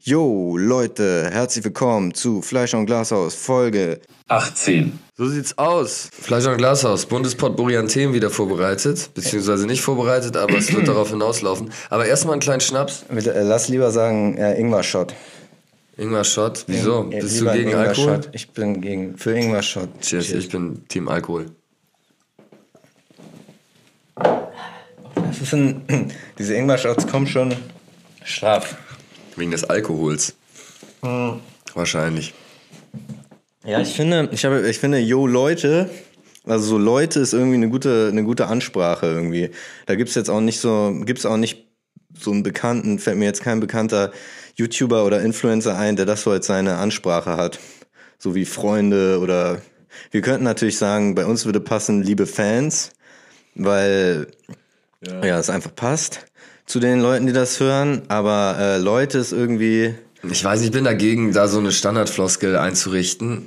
Yo, Leute, herzlich willkommen zu Fleisch und Glashaus, Folge 18. So sieht's aus. Fleisch und Glashaus, Bundespotpourri an Themen wieder vorbereitet, beziehungsweise nicht vorbereitet, aber es wird darauf hinauslaufen. Aber erstmal einen kleinen Schnaps. Lass lieber sagen Ingwer-Shot. Ingwer-Shot, wieso? Bist du Lieber gegen Alkohol? Ingwer-Shot. Ich bin für Ingwer-Shot. Cheers, ich bin Team Alkohol. Das ist diese Ingwer-Shots kommen schon scharf. Wegen des Alkohols. Wahrscheinlich. Ja, ich finde, yo, Leute, also so Leute ist irgendwie eine gute Ansprache irgendwie. Da gibt's auch nicht so einen bekannten, fällt mir jetzt kein bekannter YouTuber oder Influencer ein, der das so als seine Ansprache hat. So wie Freunde oder, wir könnten natürlich sagen, bei uns würde passen, liebe Fans, weil, ja, es einfach passt zu den Leuten, die das hören, aber Leute ist irgendwie... Ich weiß nicht, ich bin dagegen, da so eine Standardfloskel einzurichten.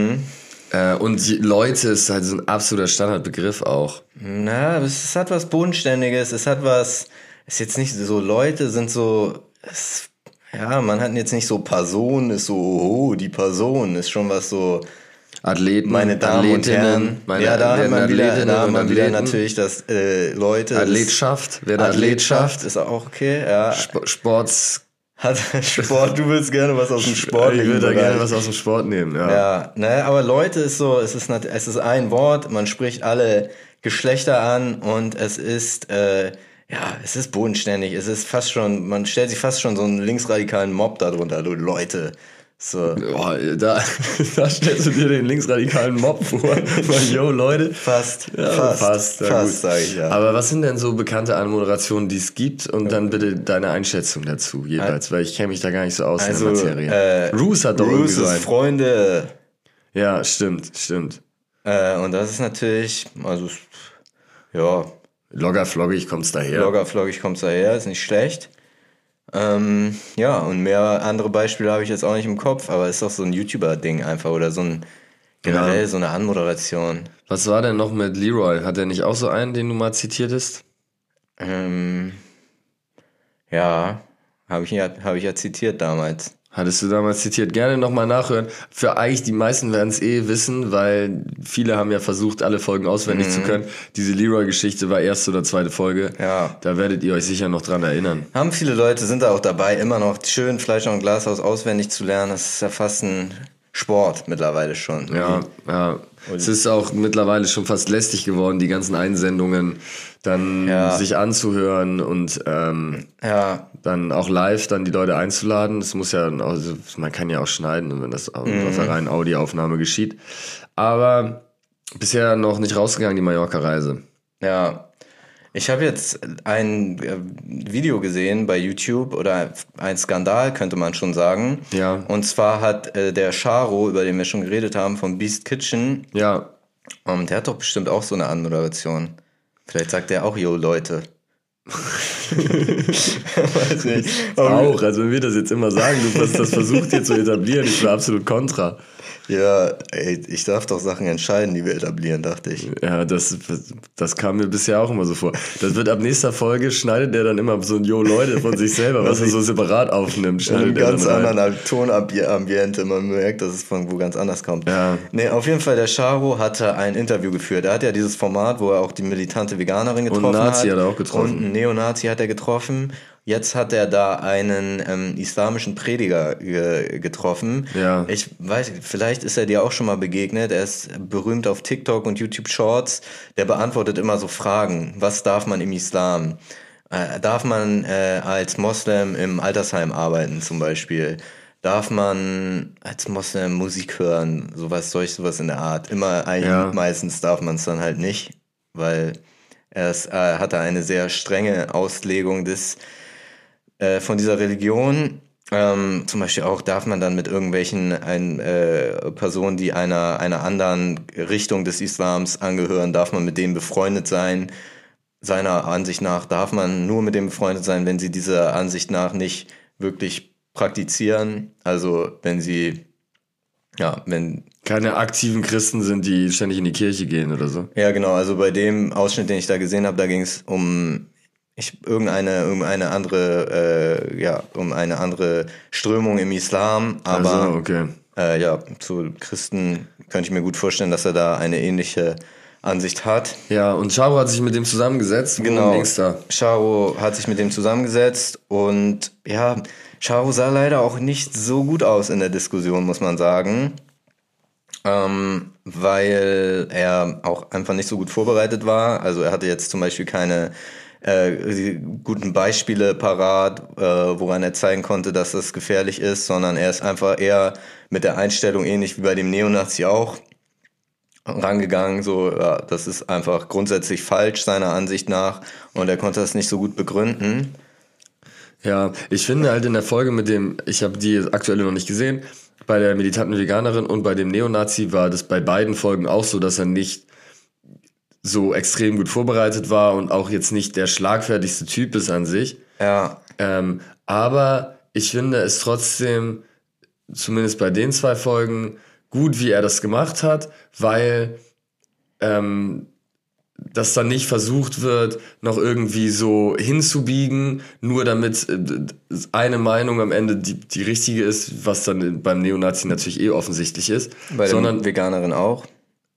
Und Leute ist halt so ein absoluter Standardbegriff auch. Na, es hat was Bodenständiges, es ist jetzt nicht so, Leute sind so, man hat jetzt nicht so Person, ist so, oh, die Person ist schon was so... Athleten, meine Damen und Herren. Da hat man wieder natürlich das Leute... Athletschaft, wer der Athlet schafft. Ist auch okay, ja. Sport, du willst gerne was aus dem Sport nehmen. Ich will da gerne was aus dem Sport nehmen, ja. Ja, ne, aber Leute ist so, es ist ein Wort, man spricht alle Geschlechter an und es ist bodenständig, es ist fast schon, man stellt sich fast schon so einen linksradikalen Mob darunter, du Leute. So. Boah, da stellst du dir den linksradikalen Mob vor. Yo, Leute. Fast, sage ich, ja. Aber was sind denn so bekannte Anmoderationen, die es gibt? Und dann bitte deine Einschätzung dazu jeweils, weil ich kenne mich da gar nicht so aus in der Materie. Roos hat doch irgendwie so ein... Freunde. Ja, stimmt. Und das ist natürlich, also, ja. Loggerfloggig kommt's daher, ist nicht schlecht. Ja, und mehr andere Beispiele habe ich jetzt auch nicht im Kopf, aber ist doch so ein YouTuber-Ding einfach oder so ein generell so eine Anmoderation. Was war denn noch mit Leroy? Hat er nicht auch so einen, den du mal zitiertest? Ja, habe ich ja zitiert damals. Hattest du damals zitiert. Gerne nochmal nachhören. Für eigentlich, die meisten werden es wissen, weil viele haben ja versucht, alle Folgen auswendig zu können. Diese Leroy-Geschichte war erste oder zweite Folge. Ja. Da werdet ihr euch sicher noch dran erinnern. Haben viele Leute, sind da auch dabei, immer noch schön Fleisch und Glashaus auswendig zu lernen. Das ist ja fast ein Sport mittlerweile schon. Ja. Es ist auch mittlerweile schon fast lästig geworden, die ganzen Einsendungen dann sich anzuhören und dann auch live dann die Leute einzuladen. Das muss ja, also man kann ja auch schneiden, wenn das auf einer reinen Audioaufnahme geschieht. Aber bisher noch nicht rausgegangen, die Mallorca-Reise. Ja. Ich habe jetzt ein Video gesehen bei YouTube oder ein Skandal, könnte man schon sagen. Ja. Und zwar hat der Charo, über den wir schon geredet haben, von Beast Kitchen. Ja. Der hat doch bestimmt auch so eine Anmoderation. Vielleicht sagt er auch, yo, Leute. Weiß nicht. Auch, also wenn wir das jetzt immer sagen, du hast das versucht hier zu etablieren, ich war absolut kontra. Ja, ey, ich darf doch Sachen entscheiden, die wir etablieren, dachte ich. Ja, das kam mir bisher auch immer so vor. Das wird ab nächster Folge, schneidet der dann immer so ein Yo Leute von sich selber, was er so separat aufnimmt. Schneidet in einem ganz anderen Tonambiente, man merkt, dass es von wo ganz anders kommt. Ja. Nee, auf jeden Fall, der Charo hatte ein Interview geführt. Er hat ja dieses Format, wo er auch die militante Veganerin getroffen hat. Und Nazi hat er auch getroffen. Und einen Neonazi hat er getroffen. Jetzt hat er da einen islamischen Prediger getroffen. Ja. Ich weiß, vielleicht ist er dir auch schon mal begegnet. Er ist berühmt auf TikTok und YouTube Shorts. Der beantwortet immer so Fragen. Was darf man im Islam? Darf man als Moslem im Altersheim arbeiten zum Beispiel? Darf man als Moslem Musik hören? Sowas in der Art. Meistens darf man es dann halt nicht, weil er hatte eine sehr strenge Auslegung von dieser Religion. Zum Beispiel auch darf man dann mit irgendwelchen Personen, die einer anderen Richtung des Islams angehören, darf man mit denen befreundet sein. Seiner Ansicht nach darf man nur mit dem befreundet sein, wenn sie dieser Ansicht nach nicht wirklich praktizieren. Also wenn keine aktiven Christen sind, die ständig in die Kirche gehen oder so. Ja, genau. Also bei dem Ausschnitt, den ich da gesehen habe, da ging es um irgendeine andere Strömung im Islam, aber also, okay. Zu Christen könnte ich mir gut vorstellen, dass er da eine ähnliche Ansicht hat. Ja, und Charo hat sich mit dem zusammengesetzt. Genau, Charo hat sich mit dem zusammengesetzt und ja, Charo sah leider auch nicht so gut aus in der Diskussion, muss man sagen. Weil er auch einfach nicht so gut vorbereitet war. Also er hatte jetzt zum Beispiel keine guten Beispiele parat, woran er zeigen konnte, dass das gefährlich ist, sondern er ist einfach eher mit der Einstellung, ähnlich wie bei dem Neonazi auch, rangegangen, so, ja, das ist einfach grundsätzlich falsch seiner Ansicht nach und er konnte das nicht so gut begründen. Ja, ich finde halt in der Folge ich habe die aktuelle noch nicht gesehen, bei der militanten Veganerin und bei dem Neonazi war das bei beiden Folgen auch so, dass er nicht so extrem gut vorbereitet war und auch jetzt nicht der schlagfertigste Typ ist an sich. Ja. Aber ich finde es trotzdem, zumindest bei den 2 Folgen, gut, wie er das gemacht hat, weil dass dann nicht versucht wird, noch irgendwie so hinzubiegen, nur damit eine Meinung am Ende die richtige ist, was dann beim Neonazi natürlich offensichtlich ist. Bei der Veganerin auch?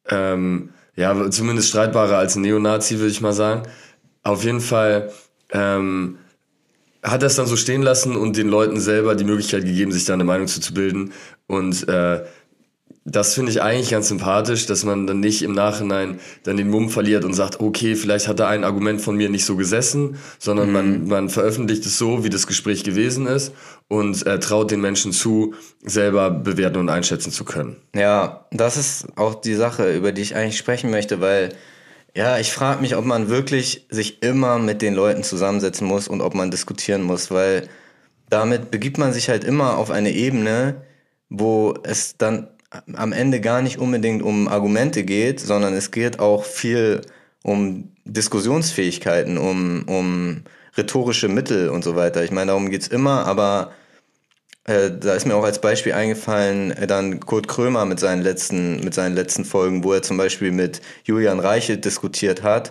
Ja, zumindest streitbarer als ein Neonazi, würde ich mal sagen. Auf jeden Fall hat er es dann so stehen lassen und den Leuten selber die Möglichkeit gegeben, sich da eine Meinung zu bilden. Und das finde ich eigentlich ganz sympathisch, dass man dann nicht im Nachhinein dann den Mumm verliert und sagt, okay, vielleicht hat da ein Argument von mir nicht so gesessen, sondern man veröffentlicht es so, wie das Gespräch gewesen ist und traut den Menschen zu, selber bewerten und einschätzen zu können. Ja, das ist auch die Sache, über die ich eigentlich sprechen möchte, weil ja, ich frage mich, ob man wirklich sich immer mit den Leuten zusammensetzen muss und ob man diskutieren muss, weil damit begibt man sich halt immer auf eine Ebene, wo es dann am Ende gar nicht unbedingt um Argumente geht, sondern es geht auch viel um Diskussionsfähigkeiten, um rhetorische Mittel und so weiter. Ich meine, darum geht's immer, aber da ist mir auch als Beispiel eingefallen, dann Kurt Krömer mit seinen letzten Folgen, wo er zum Beispiel mit Julian Reichelt diskutiert hat.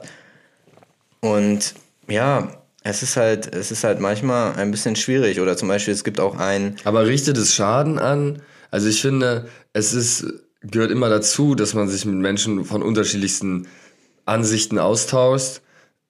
Und ja, es ist halt manchmal ein bisschen schwierig. Oder zum Beispiel, es gibt auch Aber richtet es Schaden an? Also ich finde, gehört immer dazu, dass man sich mit Menschen von unterschiedlichsten Ansichten austauscht.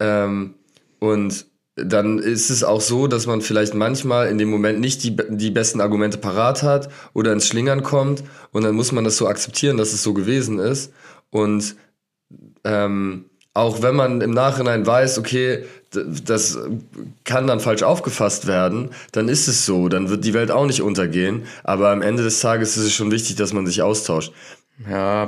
Und dann ist es auch so, dass man vielleicht manchmal in dem Moment nicht die besten Argumente parat hat oder ins Schlingern kommt. Und dann muss man das so akzeptieren, dass es so gewesen ist. Und auch wenn man im Nachhinein weiß, okay, das kann dann falsch aufgefasst werden, dann ist es so, dann wird die Welt auch nicht untergehen, aber am Ende des Tages ist es schon wichtig, dass man sich austauscht. Ja,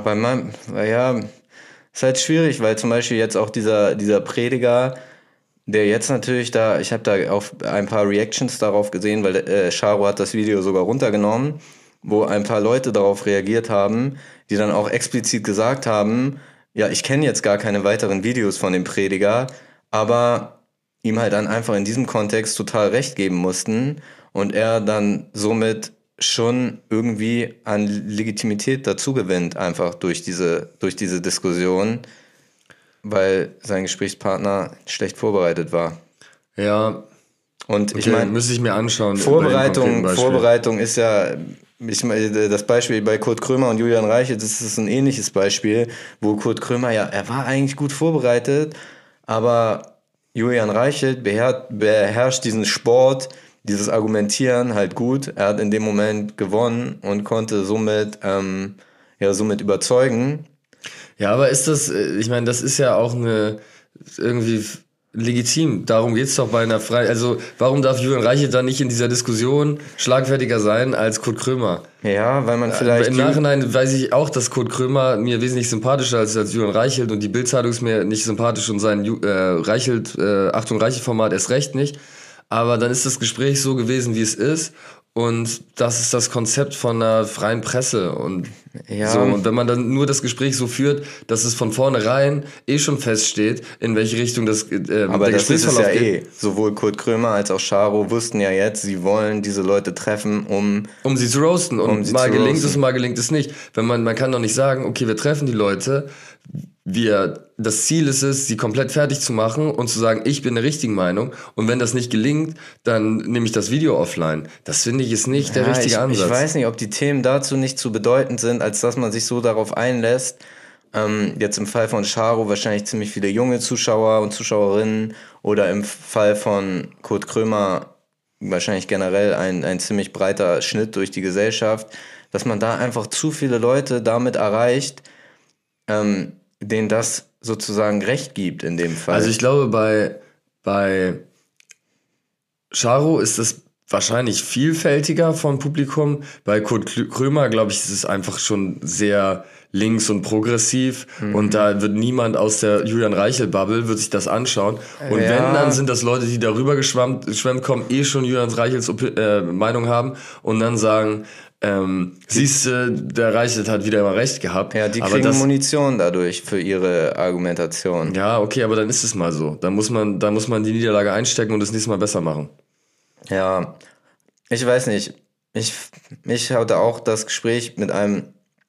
ist halt schwierig, weil zum Beispiel jetzt auch dieser Prediger, der jetzt natürlich ich habe da auch ein paar Reactions darauf gesehen, weil Charo hat das Video sogar runtergenommen, wo ein paar Leute darauf reagiert haben, die dann auch explizit gesagt haben, ja, ich kenne jetzt gar keine weiteren Videos von dem Prediger, aber ihm halt dann einfach in diesem Kontext total recht geben mussten und er dann somit schon irgendwie an Legitimität dazu gewinnt, einfach durch diese Diskussion, weil sein Gesprächspartner schlecht vorbereitet war. Ja. Und ich meine, müsste ich mir anschauen. Vorbereitung ist ja, das Beispiel bei Kurt Krömer und Julian Reichelt, das ist ein ähnliches Beispiel, wo Kurt Krömer, ja, er war eigentlich gut vorbereitet, aber Julian Reichelt beherrscht diesen Sport, dieses Argumentieren halt gut. Er hat in dem Moment gewonnen und konnte somit überzeugen. Ja, aber ist das, ich meine, das ist ja auch irgendwie legitim. Darum geht's doch bei einer also warum darf Julian Reichelt dann nicht in dieser Diskussion schlagfertiger sein als Kurt Krömer? Ja, weil man vielleicht... Im Nachhinein weiß ich auch, dass Kurt Krömer mir wesentlich sympathischer ist als Julian Reichelt und die Bild-Zeitung ist mir nicht sympathisch und sein Achtung Reichelt-Format erst recht nicht. Aber dann ist das Gespräch so gewesen, wie es ist. Und das ist das Konzept von einer freien Presse und so. Und wenn man dann nur das Gespräch so führt, dass es von vornherein schon feststeht, in welche Richtung aber der Gesprächsverlauf geht. Sowohl Kurt Krömer als auch Charo wussten ja jetzt, sie wollen diese Leute treffen, um sie zu roasten. Und mal gelingt es, mal gelingt es nicht. Man kann doch nicht sagen, okay, wir treffen die Leute, das Ziel ist es, sie komplett fertig zu machen und zu sagen, ich bin der richtigen Meinung und wenn das nicht gelingt, dann nehme ich das Video offline. Das finde ich ist nicht der richtige Ansatz. Ich weiß nicht, ob die Themen dazu nicht zu bedeutend sind, als dass man sich so darauf einlässt. Jetzt im Fall von Charo wahrscheinlich ziemlich viele junge Zuschauer und Zuschauerinnen oder im Fall von Kurt Krömer wahrscheinlich generell ein ziemlich breiter Schnitt durch die Gesellschaft, dass man da einfach zu viele Leute damit erreicht, denen das sozusagen Recht gibt in dem Fall. Also ich glaube, bei Charo ist es wahrscheinlich vielfältiger vom Publikum. Bei Kurt Krömer, glaube ich, ist es einfach schon sehr links und progressiv und da wird niemand aus der Julian Reichel-Bubble wird sich das anschauen. Und wenn, dann sind das Leute, die darüber geschwemmt kommen, schon Julian Reichels Meinung haben und dann sagen, siehst du, der Reichelt hat wieder immer recht gehabt. Ja, die kriegen Munition dadurch für ihre Argumentation. Ja, okay, aber dann ist es mal so. Da muss man die Niederlage einstecken und das nächste Mal besser machen. Ja, ich weiß nicht. Ich hatte auch das Gespräch mit einem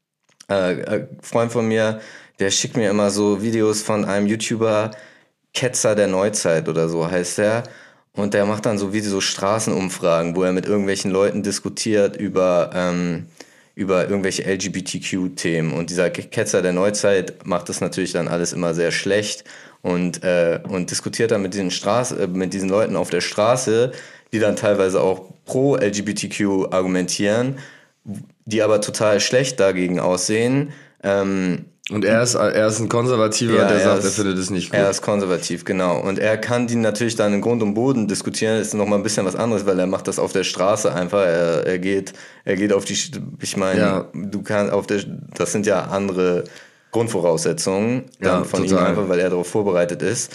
Freund von mir, der schickt mir immer so Videos von einem YouTuber, Ketzer der Neuzeit oder so heißt der. Und der macht dann so Straßenumfragen, wo er mit irgendwelchen Leuten diskutiert über irgendwelche LGBTQ-Themen. Und dieser Ketzer der Neuzeit macht das natürlich dann alles immer sehr schlecht und diskutiert dann mit diesen Leuten auf der Straße, die dann teilweise auch pro LGBTQ argumentieren, die aber total schlecht dagegen aussehen. Und er ist ein Konservativer, der sagt, er findet es nicht gut. Er ist konservativ, genau. Und er kann die natürlich dann in Grund und Boden diskutieren. Das ist nochmal ein bisschen was anderes, weil er macht das auf der Straße einfach. Er geht auf die, ich meine, das sind ja andere Grundvoraussetzungen dann von ihm einfach, weil er darauf vorbereitet ist.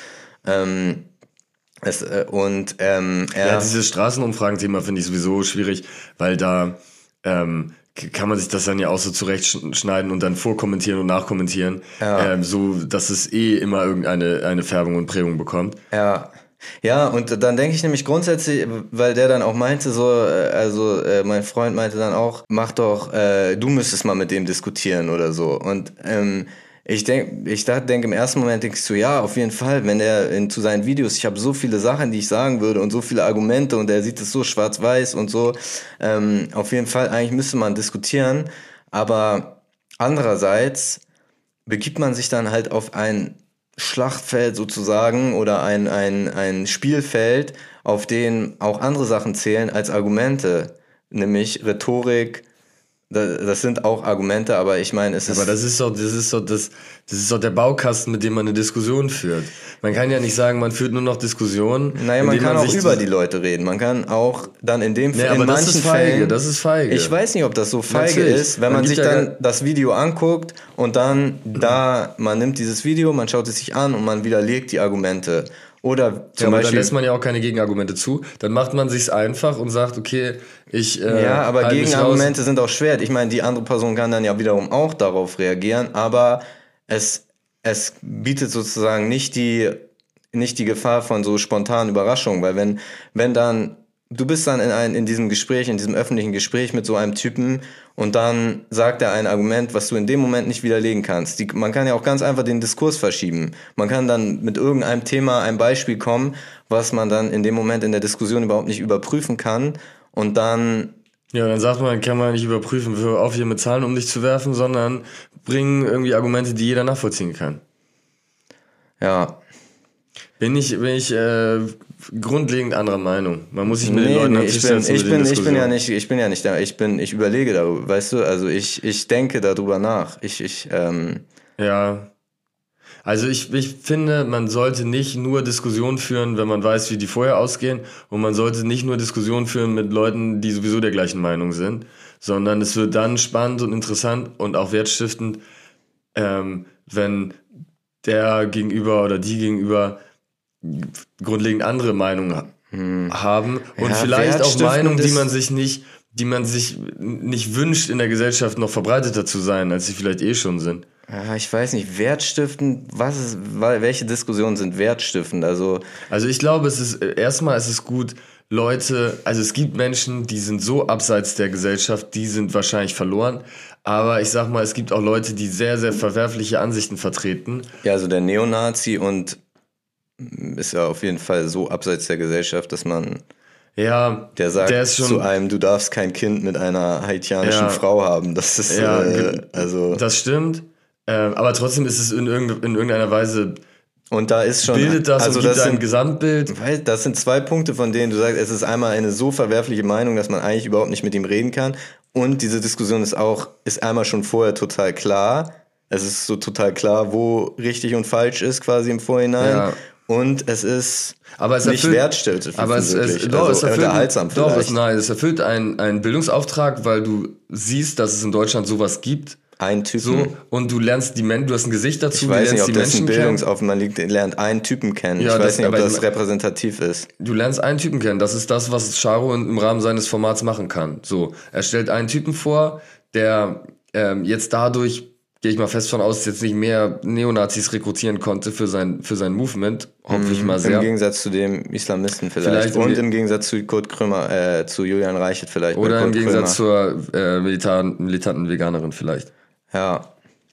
Dieses Straßenumfragen-Thema finde ich sowieso schwierig, weil da kann man sich das dann ja auch so zurechtschneiden und dann vorkommentieren und nachkommentieren, so dass es immer irgendeine Färbung und Prägung bekommt. Ja, und dann denke ich nämlich grundsätzlich, weil der dann auch meinte, mein Freund meinte dann auch, du müsstest mal mit dem diskutieren oder so. Und ich denke im ersten Moment denkst du, ja, auf jeden Fall, wenn er zu seinen Videos, ich habe so viele Sachen, die ich sagen würde und so viele Argumente und er sieht es so schwarz-weiß und so, auf jeden Fall, eigentlich müsste man diskutieren, aber andererseits begibt man sich dann halt auf ein Schlachtfeld sozusagen oder ein Spielfeld, auf dem auch andere Sachen zählen als Argumente, nämlich Rhetorik. Das sind auch Argumente, aber ich meine, es ist... Aber das ist doch der Baukasten, mit dem man eine Diskussion führt. Man kann ja nicht sagen, man führt nur noch Diskussionen. Naja, man kann auch über die Leute reden. Man kann auch dann in dem Fall, in manchen Fällen... Das ist feige. Ich weiß nicht, ob das so feige ist, wenn man sich dann das Video anguckt und dann man nimmt dieses Video, man schaut es sich an und man widerlegt die Argumente. Oder zum Beispiel, dann lässt man ja auch keine Gegenargumente zu. Dann macht man sich's einfach und sagt, okay, aber Gegenargumente sind auch schwer. Ich meine, die andere Person kann dann ja wiederum auch darauf reagieren, aber es bietet sozusagen nicht die Gefahr von so spontanen Überraschungen, weil wenn dann du bist dann in diesem öffentlichen Gespräch mit so einem Typen und dann sagt er ein Argument, was du in dem Moment nicht widerlegen kannst. Man kann ja auch ganz einfach den Diskurs verschieben. Man kann dann mit irgendeinem Thema ein Beispiel kommen, was man dann in dem Moment in der Diskussion überhaupt nicht überprüfen kann und dann... Ja, dann sagt man, kann man nicht überprüfen, hör auf hier mit Zahlen um dich zu werfen, sondern bringen irgendwie Argumente, die jeder nachvollziehen kann. Ja. Bin ich grundlegend anderer Meinung. Man muss sich mit den Leuten an Tisch setzen. Ich bin ja nicht da. Ich überlege darüber, weißt du, also ich denke darüber nach. Ja. Also ich finde, man sollte nicht nur Diskussionen führen, wenn man weiß, wie die vorher ausgehen, und man sollte nicht nur Diskussionen führen mit Leuten, die sowieso der gleichen Meinung sind, sondern es wird dann spannend und interessant und auch wertstiftend, wenn der Gegenüber oder die Gegenüber grundlegend andere Meinungen haben und vielleicht auch Meinungen, die man sich nicht wünscht, in der Gesellschaft noch verbreiteter zu sein, als sie vielleicht schon sind. Ja, ich weiß nicht, wertstiftend, welche Diskussionen sind wertstiftend? Also ich glaube, es ist gut, Leute, also es gibt Menschen, die sind so abseits der Gesellschaft, die sind wahrscheinlich verloren. Aber ich sag mal, es gibt auch Leute, die sehr, sehr verwerfliche Ansichten vertreten. Ja, also der Neonazi und ist ja auf jeden Fall so abseits der Gesellschaft, dass man der sagt der ist schon, zu einem, du darfst kein Kind mit einer haitianischen Frau haben. Das ist also. Das stimmt. Aber trotzdem ist es in irgendeiner Weise. Und da ist schon. Bildet das also und gibt ein Gesamtbild. Weil das sind 2 Punkte, von denen du sagst, es ist einmal eine so verwerfliche Meinung, dass man eigentlich überhaupt nicht mit ihm reden kann. Und diese Diskussion ist einmal schon vorher total klar. Es ist so total klar, wo richtig und falsch ist, quasi im Vorhinein. Ja. Und es ist nicht wertstellend. Aber es erfüllt unterhaltsam vielleicht. Es erfüllt einen Bildungsauftrag, weil du siehst, dass es in Deutschland sowas gibt. Einen Typen. So, und du lernst du hast ein Gesicht dazu. Ich weiß nicht, ob das ein Bildungsauftrag ist. Man lernt einen Typen kennen. Ja, ich weiß nicht, ob das repräsentativ ist. Du lernst einen Typen kennen. Das ist das, was Charo im Rahmen seines Formats machen kann. So, er stellt einen Typen vor, der jetzt dadurch, gehe ich mal fest von aus, jetzt nicht mehr Neonazis rekrutieren konnte für sein Movement. Hoffe ich mal sehr. Im Gegensatz zu dem Islamisten vielleicht. Und im Gegensatz zu Kurt Krömer, zu Julian Reichelt vielleicht. Oder im Gegensatz zur militanten Veganerin vielleicht. Ja.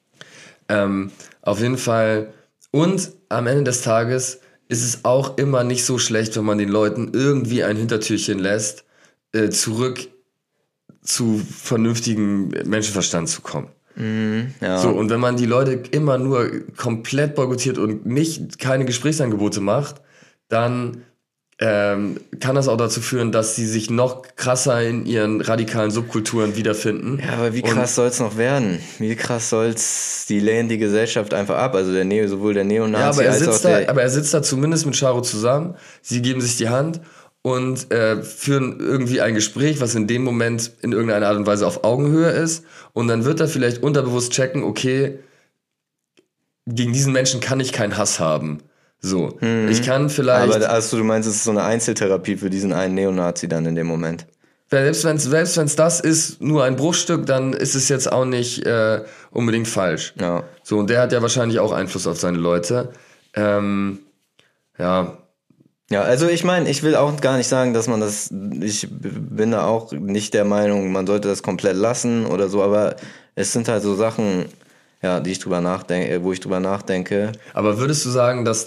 Auf jeden Fall. Und am Ende des Tages ist es auch immer nicht so schlecht, wenn man den Leuten irgendwie ein Hintertürchen lässt, zurück zu vernünftigem Menschenverstand zu kommen. Ja. So, und wenn man die Leute immer nur komplett boykottiert und keine Gesprächsangebote macht, dann kann das auch dazu führen, dass sie sich noch krasser in ihren radikalen Subkulturen wiederfinden. Ja, aber wie krass soll es noch werden? Wie krass soll's, die lehnen die Gesellschaft einfach ab, also sowohl der Neonazi aber er sitzt da zumindest mit Charo zusammen, sie geben sich die Hand und führen irgendwie ein Gespräch, was in dem Moment in irgendeiner Art und Weise auf Augenhöhe ist, und dann wird er vielleicht unterbewusst checken, okay, gegen diesen Menschen kann ich keinen Hass haben. So, ich kann vielleicht... Aber du meinst, es ist so eine Einzeltherapie für diesen einen Neonazi dann in dem Moment? Selbst wenn's das ist, nur ein Bruchstück, dann ist es jetzt auch nicht unbedingt falsch. Ja. So, und der hat ja wahrscheinlich auch Einfluss auf seine Leute. Ja, also ich meine, ich will auch gar nicht sagen, dass man ich bin da auch nicht der Meinung, man sollte das komplett lassen oder so, aber es sind halt so Sachen... Ja, wo ich drüber nachdenke. Aber würdest du sagen, dass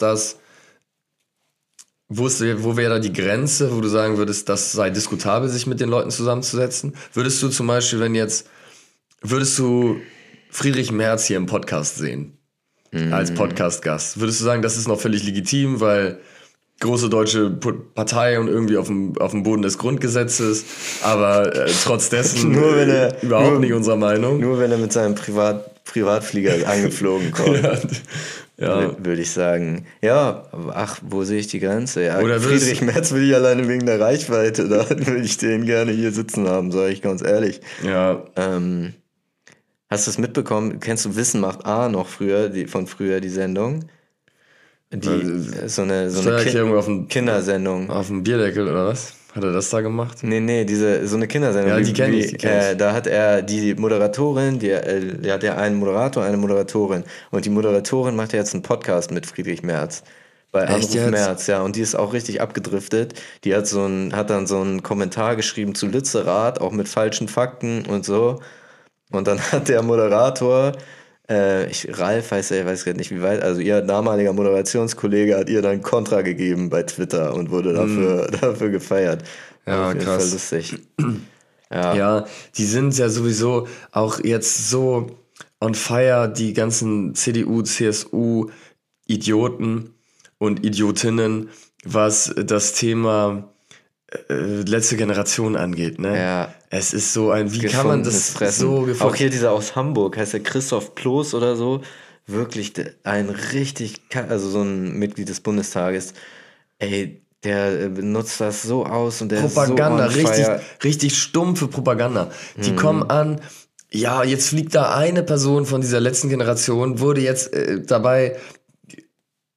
wo wäre da die Grenze, wo du sagen würdest, das sei diskutabel, sich mit den Leuten zusammenzusetzen? Würdest du zum Beispiel, würdest du Friedrich Merz hier im Podcast sehen, als Podcast-Gast? Würdest du sagen, das ist noch völlig legitim, weil große deutsche Partei und irgendwie auf dem Boden des Grundgesetzes, aber trotz dessen überhaupt nicht unserer Meinung? Nur wenn er mit seinem Privatflieger angeflogen kommt, würde ich sagen. Ja, wo sehe ich die Grenze? Ja, oder Friedrich Merz will ich alleine wegen der Reichweite, da will ich den gerne hier sitzen haben, sage ich ganz ehrlich. Ja. Hast du es mitbekommen? Kennst du Wissen macht A noch von früher, die Sendung? So eine Kindersendung. Auf dem Bierdeckel oder was? Hat er das da gemacht? Nee, so eine Kindersendung. Ja, die kenn ich. Da hat er die Moderatorin, der hat ja einen Moderator, eine Moderatorin. Und die Moderatorin macht ja jetzt einen Podcast mit Friedrich Merz. Bei Anruf Merz, ja. Und die ist auch richtig abgedriftet. Die hat dann so einen Kommentar geschrieben zu Lützerath, auch mit falschen Fakten und so. Und dann hat der Moderator... Ralf heißt er, ich weiß gerade nicht wie weit, also ihr damaliger Moderationskollege hat ihr dann Kontra gegeben bei Twitter und wurde dafür gefeiert. Ja, krass. Voll lustig. Ja, die sind ja sowieso auch jetzt so on fire, die ganzen CDU, CSU Idioten und Idiotinnen, was das Thema letzte Generation angeht, ne? Ja. Es ist so wie kann man das so gefunden? Auch hier dieser aus Hamburg, heißt der Christoph Ploß oder so, wirklich so ein Mitglied des Bundestages, der benutzt das so aus und der Propaganda, ist so richtig stumpfe Propaganda. Die kommen an, ja, jetzt fliegt da eine Person von dieser letzten Generation, wurde jetzt dabei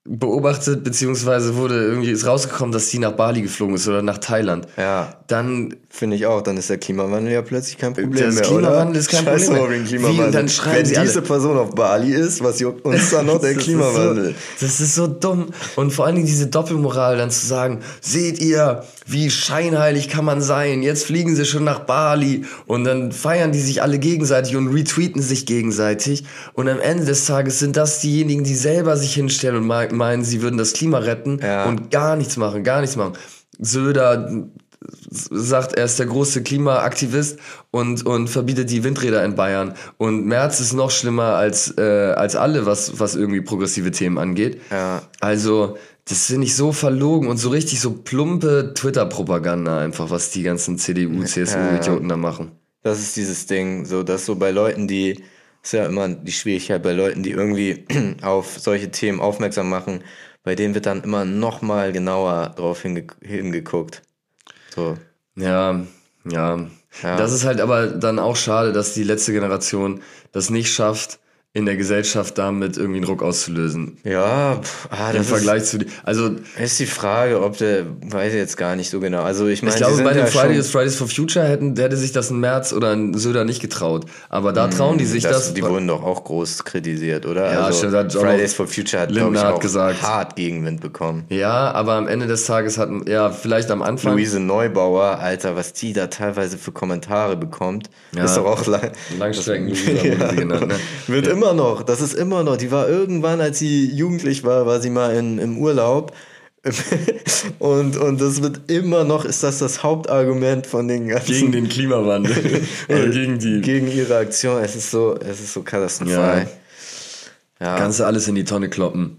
beobachtet, beziehungsweise ist rausgekommen, dass sie nach Bali geflogen ist oder nach Thailand. Ja. Dann finde ich auch, dann ist der Klimawandel ja plötzlich kein Problem mehr, Der Klimawandel ist kein Problem mehr. Wie, und dann schreiben wenn diese Person auf Bali ist, was juckt uns dann noch der Klimawandel? Das ist so dumm. Und vor allen Dingen diese Doppelmoral dann zu sagen, seht ihr, wie scheinheilig kann man sein? Jetzt fliegen sie schon nach Bali und dann feiern die sich alle gegenseitig und retweeten sich gegenseitig. Und am Ende des Tages sind das diejenigen, die selber sich hinstellen und meinen, sie würden das Klima retten und gar nichts machen. Söder sagt, er ist der große Klimaaktivist und verbietet die Windräder in Bayern. Und Merz ist noch schlimmer als alle, was irgendwie progressive Themen angeht. Ja. Also, das finde ich so verlogen und so richtig so plumpe Twitter-Propaganda einfach, was die ganzen CDU, CSU-Idioten da machen. Das ist dieses Ding, so dass so bei Leuten, ist ja immer die Schwierigkeit bei Leuten, die irgendwie auf solche Themen aufmerksam machen, bei denen wird dann immer noch mal genauer drauf hingeguckt. So. Ja. Das ist halt aber dann auch schade, dass die letzte Generation das nicht schafft, in der Gesellschaft damit irgendwie einen Druck auszulösen. Ja, im Vergleich zu also ist die Frage, ob weiß ich jetzt gar nicht so genau. Also ich meine, ich glaube, bei den Fridays for Future hätte sich das ein Merz oder ein Söder nicht getraut. Aber da trauen die sich das. Die wurden doch auch groß kritisiert, oder? Ja, also stimmt, Fridays for Future hat, glaube ich, auch gesagt, hart Gegenwind bekommen. Ja, aber am Ende des Tages vielleicht am Anfang. Luise Neubauer, Alter, was die da teilweise für Kommentare bekommt, ist doch auch Langstrecken-Luisa genannt, ne? Wird immer noch, das ist immer noch, die war irgendwann, als sie jugendlich war sie mal im Urlaub und das wird immer noch, ist das Hauptargument von den ganzen... Gegen den Klimawandel. Oder gegen ihre Aktion, es ist so katastrophal. Ja. Kannst du alles in die Tonne kloppen.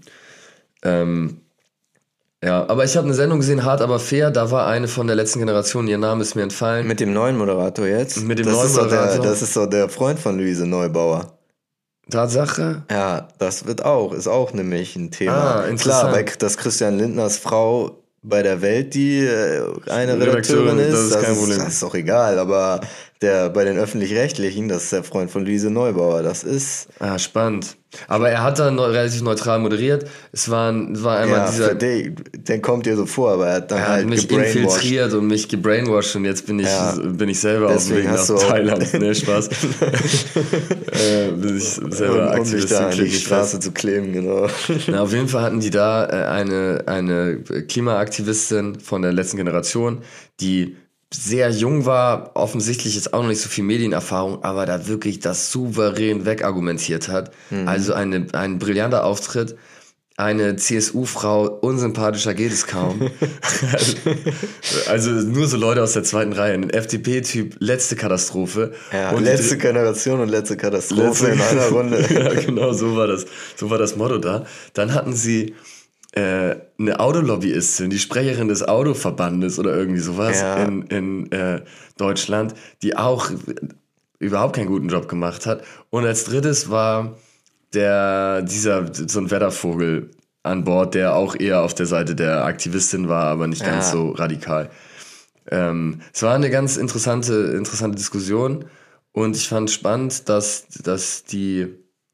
Ja, aber ich habe eine Sendung gesehen, Hart aber fair, da war eine von der letzten Generation, ihr Name ist mir entfallen. Mit dem neuen Moderator jetzt? Mit dem neuen Moderator. Das ist doch der Freund von Luise Neubauer. Tatsache? Ja, das ist auch nämlich ein Thema. Klar, weil dass Christian Lindners Frau bei der Welt die eine Redakteurin ist, das ist kein Problem. Das ist doch egal, aber der bei den Öffentlich-Rechtlichen, das ist der Freund von Luise Neubauer, das ist... spannend. Aber er hat da relativ neutral moderiert. Es war einmal dieser... Den kommt dir so vor, aber er hat dann halt mich infiltriert und mich gebrainwashed und jetzt bin ich selber auf dem Weg nach Thailand. Ne, Spaß. Bin ich selber um mich da an die Straße zu kleben, genau. Na, auf jeden Fall hatten die da eine Klimaaktivistin von der letzten Generation, die sehr jung war, offensichtlich jetzt auch noch nicht so viel Medienerfahrung, aber da wirklich das souverän wegargumentiert hat. Also ein brillanter Auftritt. Eine CSU-Frau, unsympathischer geht es kaum. Also nur so Leute aus der zweiten Reihe. Ein FDP-Typ, letzte Katastrophe. Ja, und letzte Generation und letzte Katastrophe in einer Runde. Ja, genau, so war das Motto da. Dann hatten sie eine Autolobbyistin, die Sprecherin des Autoverbandes oder irgendwie sowas in Deutschland, die auch überhaupt keinen guten Job gemacht hat. Und als drittes war so ein Wettervogel an Bord, der auch eher auf der Seite der Aktivistin war, aber nicht ganz so radikal. Es war eine ganz interessante Diskussion und ich fand spannend, dass die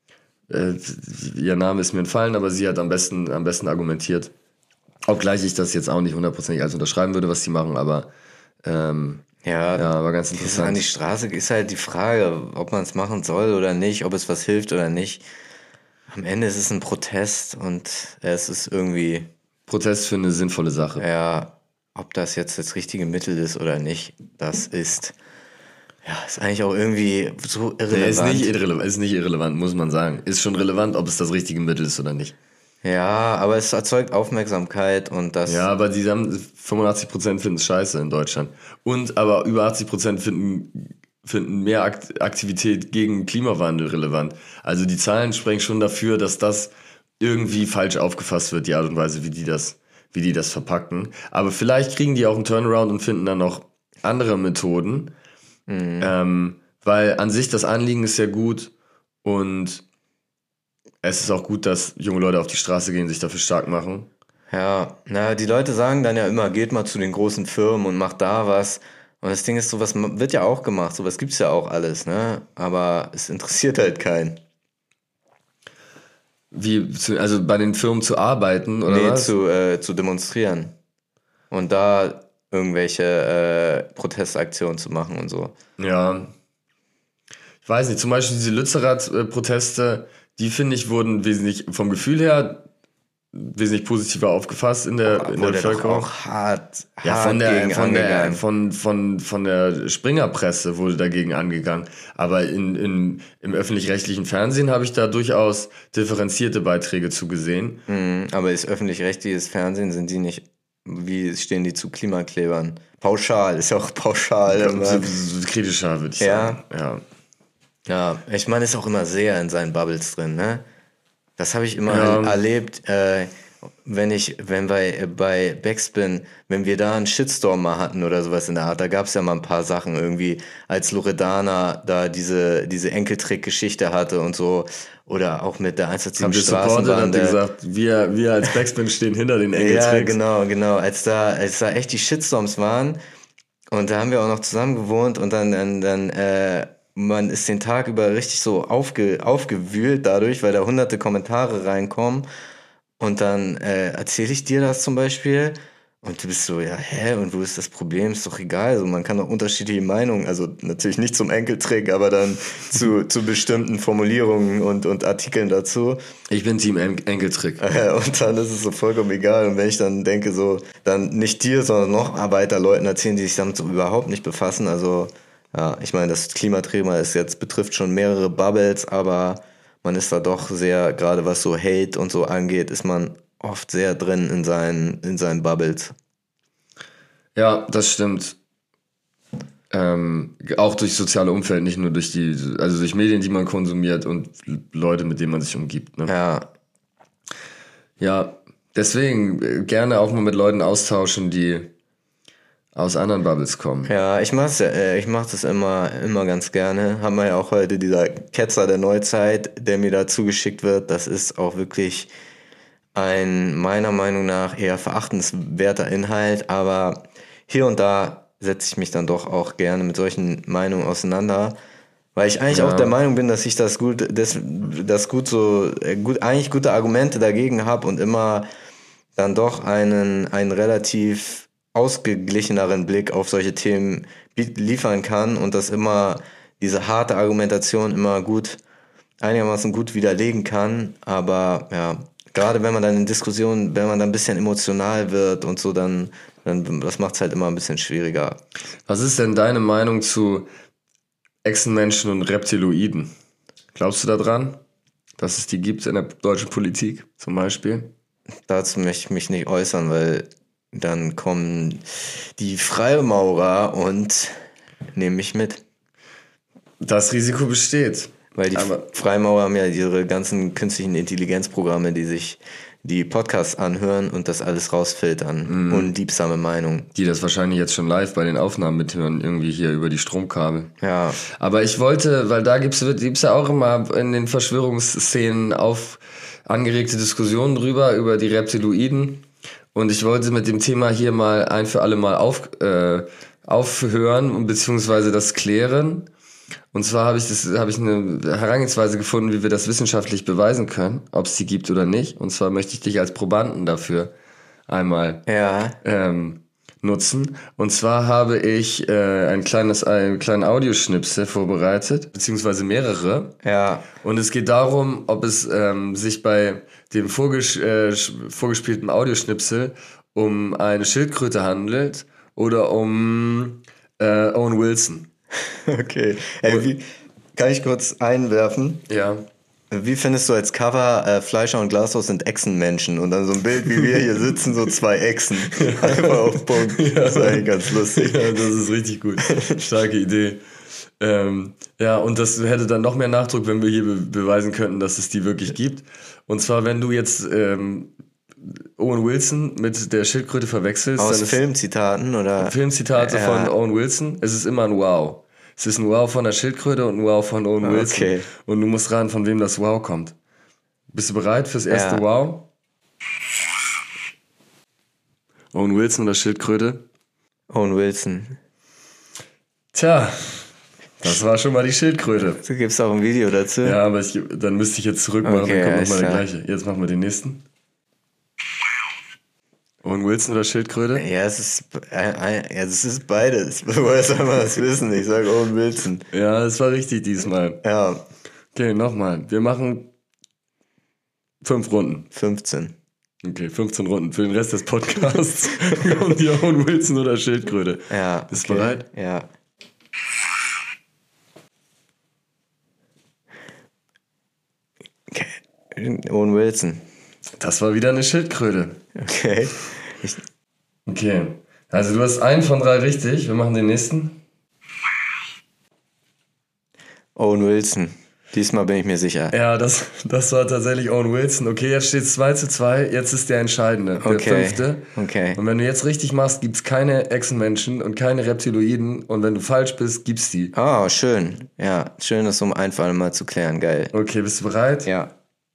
ihr Name ist mir entfallen, aber sie hat am besten argumentiert. Obgleich ich das jetzt auch nicht hundertprozentig als unterschreiben würde, was sie machen, aber war ganz interessant. An die Straße ist halt die Frage, ob man es machen soll oder nicht, ob es was hilft oder nicht. Am Ende ist es ein Protest und es ist irgendwie... Protest für eine sinnvolle Sache. Ja, ob das jetzt das richtige Mittel ist oder nicht, das ist... Ja, ist eigentlich auch irgendwie so irrelevant. Ist nicht irrelevant, muss man sagen. Ist schon relevant, ob es das richtige Mittel ist oder nicht. Ja, aber es erzeugt Aufmerksamkeit und das... Ja, aber 85% finden es scheiße in Deutschland. Aber über 80% finden mehr Aktivität gegen Klimawandel relevant. Also die Zahlen sprechen schon dafür, dass das irgendwie falsch aufgefasst wird, die Art und Weise, wie die das verpacken. Aber vielleicht kriegen die auch einen Turnaround und finden dann noch andere Methoden. Weil an sich das Anliegen ist ja gut und es ist auch gut, dass junge Leute auf die Straße gehen, sich dafür stark machen. Ja, die Leute sagen dann ja immer, geht mal zu den großen Firmen und macht da was. Und das Ding ist, sowas wird ja auch gemacht, sowas gibt's ja auch alles, ne? Aber es interessiert halt keinen. Also bei den Firmen zu arbeiten, oder was? Nee, zu demonstrieren. Und da irgendwelche Protestaktionen zu machen und so. Ja. Ich weiß nicht, zum Beispiel diese Lützerath-Proteste, die finde ich wurden wesentlich vom Gefühl her wesentlich positiver aufgefasst in der Bevölkerung. Auch hart von der Springerpresse wurde dagegen angegangen. Aber im öffentlich-rechtlichen Fernsehen habe ich da durchaus differenzierte Beiträge zugesehen. Aber ist öffentlich-rechtliches Fernsehen, sind die nicht, wie stehen die zu Klimaklebern? Pauschal, ist ja auch pauschal. Kritischer, würde ich sagen. Ja, ich meine, ist auch immer sehr in seinen Bubbles drin, ne? Das habe ich immer erlebt, wenn bei Backspin, wenn wir da einen Shitstorm mal hatten oder sowas in der Art, da gab es ja mal ein paar Sachen irgendwie, als Loredana da diese Enkeltrick-Geschichte hatte und so, oder auch mit der 187 Straßenbahn. Habt ihr gesagt, wir als Backspin stehen hinter den Enkeltricks. Ja, genau, als da echt die Shitstorms waren, und da haben wir auch noch zusammen gewohnt, und dann man ist den Tag über richtig so aufgewühlt dadurch, weil da hunderte Kommentare reinkommen, und dann erzähle ich dir das zum Beispiel und du bist so, ja, und wo ist das Problem? Ist doch egal, also man kann doch unterschiedliche Meinungen, also natürlich nicht zum Enkeltrick, aber dann zu bestimmten Formulierungen und Artikeln dazu. Ich bin Team Enkeltrick. Und dann ist es so vollkommen egal, und wenn ich dann denke, so, dann nicht dir, sondern noch weiter Leuten erzählen, die sich damit so überhaupt nicht befassen, also ja, ich meine, das Klimathema betrifft schon mehrere Bubbles, aber man ist da doch sehr, gerade was so Hate und so angeht, ist man oft sehr drin in seinen Bubbles. Ja, das stimmt. Auch durch soziale Umfeld, nicht nur durch durch Medien, die man konsumiert und Leute, mit denen man sich umgibt. Ne? Ja, deswegen gerne auch mal mit Leuten austauschen, die aus anderen Bubbles kommen. Ja, ich mach das immer ganz gerne. Haben wir ja auch heute, dieser Ketzer der Neuzeit, der mir da zugeschickt wird. Das ist auch wirklich ein meiner Meinung nach eher verachtenswerter Inhalt, aber hier und da setze ich mich dann doch auch gerne mit solchen Meinungen auseinander, weil ich eigentlich auch der Meinung bin, dass ich eigentlich gute Argumente dagegen habe und immer dann doch einen relativ ausgeglicheneren Blick auf solche Themen liefern kann und das immer, diese harte Argumentation immer einigermaßen gut widerlegen kann, aber ja, gerade wenn man dann in Diskussionen, wenn man dann ein bisschen emotional wird und so, dann das macht es halt immer ein bisschen schwieriger. Was ist denn deine Meinung zu Echsenmenschen und Reptiloiden? Glaubst du daran, dass es die gibt in der deutschen Politik zum Beispiel? Dazu möchte ich mich nicht äußern, weil dann kommen die Freimaurer und nehmen mich mit. Das Risiko besteht. Weil die Freimaurer haben ja ihre ganzen künstlichen Intelligenzprogramme, die sich die Podcasts anhören und das alles rausfiltern. Unliebsame Meinung. Die das wahrscheinlich jetzt schon live bei den Aufnahmen mithören, irgendwie hier über die Stromkabel. Ja. Aber ich wollte, weil da gibt's ja auch immer in den Verschwörungsszenen angeregte Diskussionen drüber, über die Reptiloiden. Und ich wollte mit dem Thema hier mal ein für alle Mal aufhören und beziehungsweise das klären. Und zwar habe ich eine Herangehensweise gefunden, wie wir das wissenschaftlich beweisen können, ob es die gibt oder nicht. Und zwar möchte ich dich als Probanden dafür einmal nutzen. Und zwar habe ich einen kleinen Audioschnipsel vorbereitet, beziehungsweise mehrere. Ja. Und es geht darum, ob es sich bei dem vorgespielten Audioschnipsel um eine Schildkröte handelt oder um Owen Wilson. Okay. Kann ich kurz einwerfen? Ja. Wie findest du als Cover Fleischer und Glashaus sind Echsenmenschen und dann so ein Bild, wie wir hier sitzen, so zwei Echsen. Einfach auf Punkt. Das ist eigentlich ganz lustig. Ja, das ist richtig gut. Starke Idee. Ja, und das hätte dann noch mehr Nachdruck, wenn wir hier beweisen könnten, dass es die wirklich gibt. Und zwar, wenn du jetzt Owen Wilson mit der Schildkröte verwechselst. Aus Filmzitaten oder? Filmzitate von Owen Wilson. Es ist immer ein Wow. Es ist ein Wow von der Schildkröte und ein Wow von Owen Wilson. Okay. Und du musst raten, von wem das Wow kommt. Bist du bereit fürs erste Wow? Owen Wilson oder Schildkröte? Owen Wilson. Tja, Das war schon mal die Schildkröte. Du gibst auch ein Video dazu? Ja, aber dann müsste ich jetzt zurückmachen, okay, dann kommt nochmal der gleiche. Jetzt machen wir den nächsten. Owen Wilson oder Schildkröte? Ja, es ist beides. Woher soll man das wissen? Ich sage Owen Wilson. Ja, das war richtig diesmal. Ja. Okay, nochmal. Wir machen 5 Runden. 15. Okay, 15 Runden. Für den Rest des Podcasts kommt die Owen Wilson oder Schildkröte. Ja. Bist du bereit? Ja. Okay. Owen Wilson. Das war wieder eine Schildkröte. Okay. Okay. Also du hast einen von 3 richtig. Wir machen den nächsten. Owen Wilson. Diesmal bin ich mir sicher. Ja, das war tatsächlich Owen Wilson. Okay, jetzt steht es 2:2. Jetzt ist der entscheidende, der 5. Okay. Und wenn du jetzt richtig machst, gibt es keine Echsenmenschen und keine Reptiloiden. Und wenn du falsch bist, gibt's die. Oh, schön. Ja, schön, das um ein für alle Mal zu klären. Geil. Okay, bist du bereit? Ja.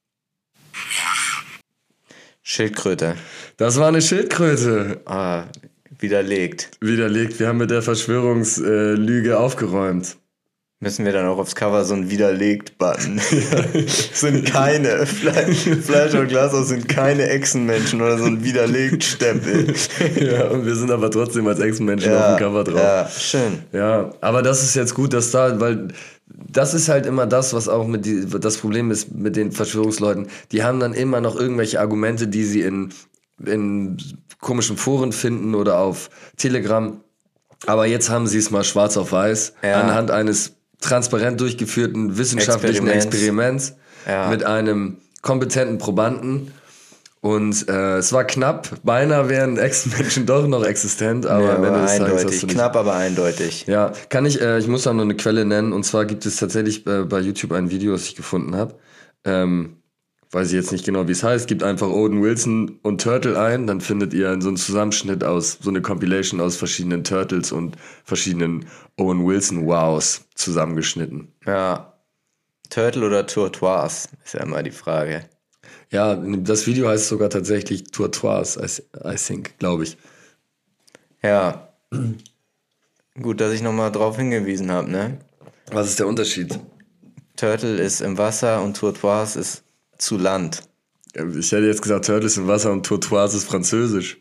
Schildkröte. Das war eine Schildkröte. Ah, widerlegt. Widerlegt. Wir haben mit der Verschwörungslüge aufgeräumt. Müssen wir dann auch aufs Cover so einen Widerlegt-Button. Sind keine, Fleisch und Glas sind keine Echsenmenschen oder so ein Widerlegt-Stempel. Ja, und wir sind aber trotzdem als Echsenmenschen auf dem Cover drauf. Ja, schön. Ja, aber das ist jetzt gut, dass weil das ist halt immer das, was auch das Problem ist mit den Verschwörungsleuten. Die haben dann immer noch irgendwelche Argumente, die sie in komischen Foren finden oder auf Telegram. Aber jetzt haben sie es mal schwarz auf weiß anhand eines transparent durchgeführten wissenschaftlichen Experiments mit einem kompetenten Probanden. Und es war knapp, beinahe wären Echsenmenschen doch noch existent, aber am Ende des Tages hast du nicht. Knapp, aber eindeutig. Ja, ich muss auch noch eine Quelle nennen, und zwar gibt es tatsächlich bei YouTube ein Video, das ich gefunden habe. Weiß ich jetzt nicht genau, wie es heißt. Gebt einfach Owen Wilson und Turtle ein, dann findet ihr so einen Zusammenschnitt so eine Compilation aus verschiedenen Turtles und verschiedenen Owen Wilson Wows zusammengeschnitten. Ja. Turtle oder Tourtoise ist ja immer die Frage. Ja, das Video heißt sogar tatsächlich Tourtoise, I think, glaube ich. Ja. Gut, dass ich nochmal drauf hingewiesen habe, ne? Was ist der Unterschied? Turtle ist im Wasser und Tourtoise ist zu Land. Ich hätte jetzt gesagt, Turtle ist im Wasser und Tourtoise ist französisch.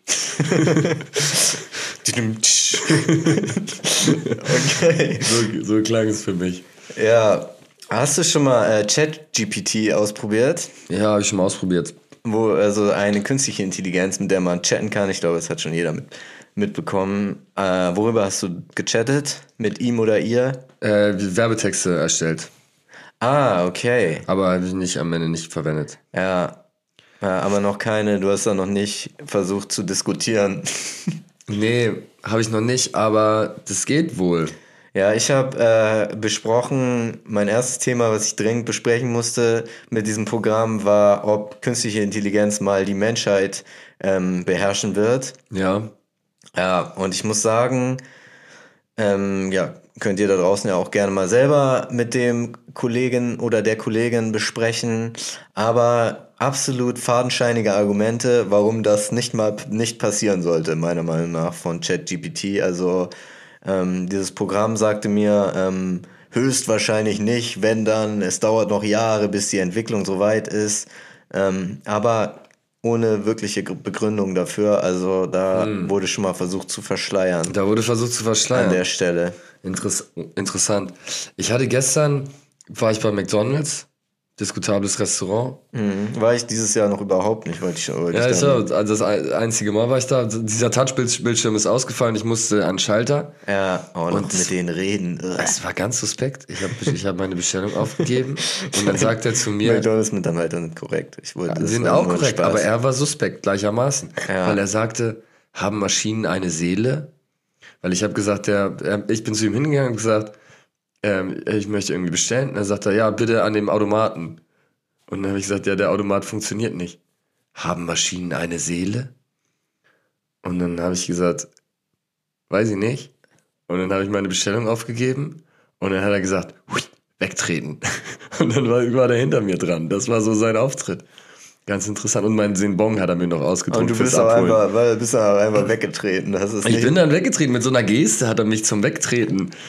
Okay. So klang es für mich. Ja. Hast du schon mal ChatGPT ausprobiert? Ja, habe ich schon mal ausprobiert. Also eine künstliche Intelligenz, mit der man chatten kann. Ich glaube, das hat schon jeder mitbekommen. Worüber hast du gechattet? Mit ihm oder ihr? Werbetexte erstellt. Ah, okay. Aber habe ich am Ende nicht verwendet. Ja, aber noch keine, du hast da noch nicht versucht zu diskutieren. Nee, habe ich noch nicht, aber das geht wohl. Ja, ich habe besprochen, mein erstes Thema, was ich dringend besprechen musste mit diesem Programm, war, ob künstliche Intelligenz mal die Menschheit beherrschen wird. Ja. Ja, und ich muss sagen, könnt ihr da draußen ja auch gerne mal selber mit dem Kollegen oder der Kollegin besprechen, aber absolut fadenscheinige Argumente, warum das nicht passieren sollte, meiner Meinung nach, von ChatGPT. Also dieses Programm sagte mir, höchstwahrscheinlich nicht, wenn dann, es dauert noch Jahre, bis die Entwicklung soweit ist, aber ohne wirkliche Begründung dafür, also da wurde schon mal versucht zu verschleiern. Da wurde versucht zu verschleiern. An der Stelle. Interessant. War ich bei McDonald's, diskutables Restaurant. War ich dieses Jahr noch überhaupt nicht, das einzige Mal war ich da. Dieser Touchbildschirm ist ausgefallen, ich musste an den Schalter. Ja, und mit denen reden. Es war ganz suspekt. Ich hab meine Bestellung aufgegeben und dann sagt er zu mir... McDonald's-Mitarbeiter sind korrekt. Die sind auch korrekt, aber er war suspekt gleichermaßen. Ja. Weil er sagte, haben Maschinen eine Seele? Weil ich habe gesagt, ich bin zu ihm hingegangen und gesagt, ich möchte irgendwie bestellen. Und dann sagt er, ja, bitte an dem Automaten. Und dann habe ich gesagt, ja, der Automat funktioniert nicht. Haben Maschinen eine Seele? Und dann habe ich gesagt, weiß ich nicht. Und dann habe ich meine Bestellung aufgegeben. Und dann hat er gesagt, wegtreten. Und dann war der hinter mir dran. Das war so sein Auftritt. Ganz interessant. Und meinen Sinbong hat er mir noch ausgedrückt. Und du bist aber einfach weggetreten. Ich bin dann weggetreten. Mit so einer Geste hat er mich zum Wegtreten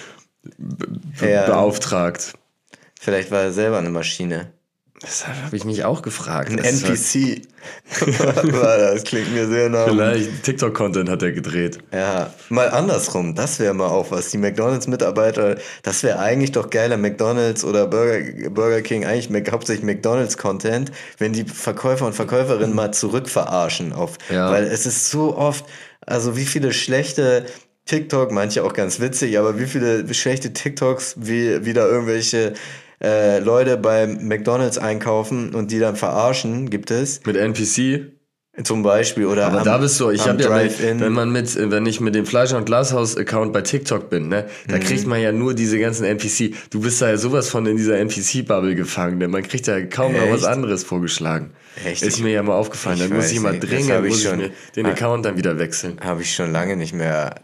beauftragt. Vielleicht war er selber eine Maschine. Das habe ich mich auch gefragt. Ein NPC. Das klingt mir sehr nah. Vielleicht TikTok-Content hat er gedreht. Ja, mal andersrum. Das wäre mal auch was. Die McDonalds-Mitarbeiter, das wäre eigentlich doch geiler McDonalds oder Burger King, eigentlich hauptsächlich McDonalds-Content, wenn die Verkäufer und Verkäuferinnen mal zurückverarschen. Weil es ist so oft, also wie viele schlechte TikTok, manche auch ganz witzig, aber wie viele schlechte TikToks wie wieder irgendwelche Leute beim McDonalds einkaufen und die dann verarschen, gibt es. Mit NPC? Zum Beispiel. Oder aber da bist du, ich habe ja, wenn ich mit dem Fleischer- und Glashaus-Account bei TikTok bin, ne, da kriegt man ja nur diese ganzen NPC. Du bist da ja sowas von in dieser NPC-Bubble gefangen, denn man kriegt ja kaum noch was anderes vorgeschlagen. Echt? Ist mir ja mal aufgefallen. Dann muss ich mal dringend mir den Account dann wieder wechseln. Habe ich schon lange nicht mehr